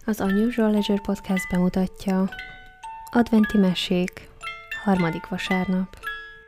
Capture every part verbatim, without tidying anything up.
Az Unusual Ledger Podcast bemutatja Adventi mesék, harmadik vasárnap.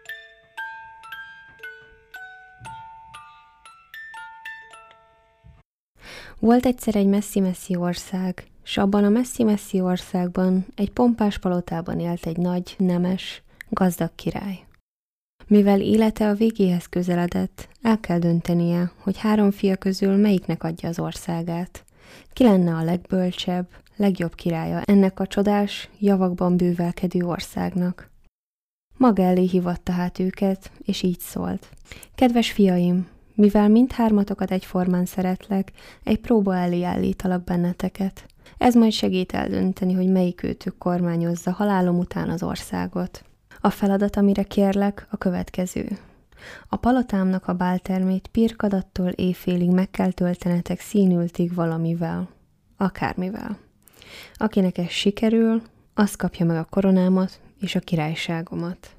Volt egyszer egy messzi-messzi ország, s abban a messzi-messzi országban egy pompás palotában élt egy nagy, nemes, gazdag király. Mivel élete a végéhez közeledett, el kell döntenie, hogy három fia közül melyiknek adja az országát. Ki lenne a legbölcsebb, legjobb királya ennek a csodás, javakban bővelkedő országnak. Maga elé hívatta hát őket, és így szólt. Kedves fiaim, mivel mindhármatokat egyformán szeretlek, egy próba elé állítalak benneteket. Ez majd segít eldönteni, hogy melyik őtök kormányozza halálom után az országot. A feladat, amire kérlek, a következő. A palotámnak a báltermét pirkadattól éjfélig meg kell töltenetek színültig valamivel. Akármivel. Akinek ez sikerül, az kapja meg a koronámat és a királyságomat.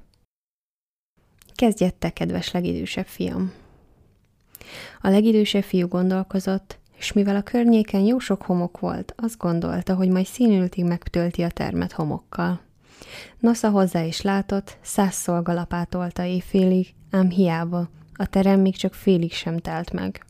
Kezdjed te, kedves legidősebb fiam. A legidősebb fiú gondolkozott, és mivel a környéken jó sok homok volt, azt gondolta, hogy majd színültig megtölti a termet homokkal. Nosza hozzá is látott, száz szolga lapátolta éjfélig, ám hiába, a terem még csak félig sem telt meg.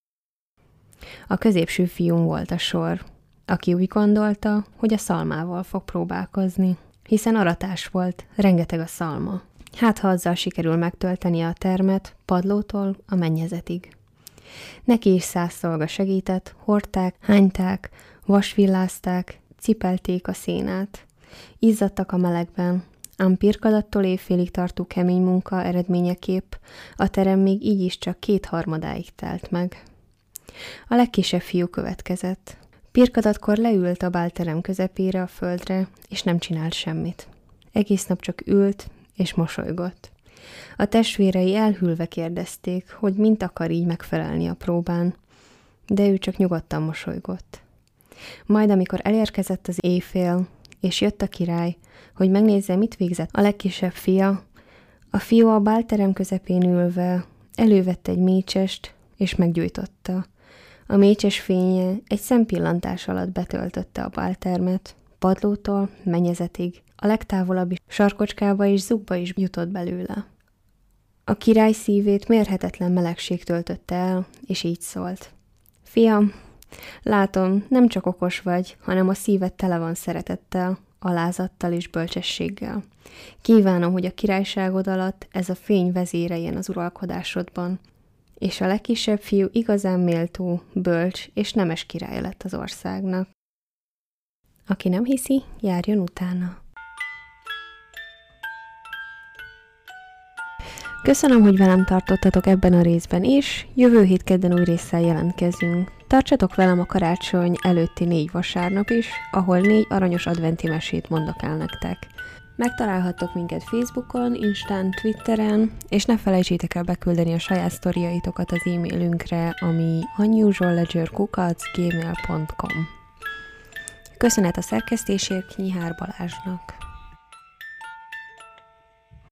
A középső fiún volt a sor, aki úgy gondolta, hogy a szalmával fog próbálkozni, hiszen aratás volt, rengeteg a szalma. Hát, ha azzal sikerül megtölteni a termet, padlótól a mennyezetig. Neki is száz szolga segített, hordták, hányták, vasvillázták, cipelték a szénát. Izzadtak a melegben, ám pirkadattól éjfélig tartó kemény munka eredményeképp a terem még így is csak kétharmadáig telt meg. A legkisebb fiú következett. Pirkadatkor leült a bálterem közepére a földre, és nem csinált semmit. Egész nap csak ült és mosolygott. A testvérei elhűlve kérdezték, hogy mint akar így megfelelni a próbán, de ő csak nyugodtan mosolygott. Majd, amikor elérkezett az éjfél, és jött a király, hogy megnézze, mit végzett a legkisebb fia, a fiú a bálterem közepén ülve elővette egy mécsest, és meggyújtotta. A mécses fénye egy szempillantás alatt betöltötte a báltermet, padlótól mennyezetig, a legtávolabbi sarkocskába és zugba is jutott belőle. A király szívét mérhetetlen melegség töltötte el, és így szólt. Fiam, látom, nem csak okos vagy, hanem a szíved tele van szeretettel, alázattal és bölcsességgel. Kívánom, hogy a királyságod alatt ez a fény vezéreljen az uralkodásodban, és a legkisebb fiú igazán méltó, bölcs és nemes királya lett az országnak. Aki nem hiszi, járjon utána. Köszönöm, hogy velem tartottatok ebben a részben is, jövő hét kedden új résszel jelentkezünk. Tartsatok velem a karácsony előtti négy vasárnap is, ahol négy aranyos adventi mesét mondok el nektek. Megtalálhattok minket Facebookon, Instán, Twitteren, és ne felejtsétek el beküldeni a saját sztoriaitokat az e-mailünkre, ami unusual ledger kukac gmail pont com. Köszönet a szerkesztésért Nyihár Balázsnak.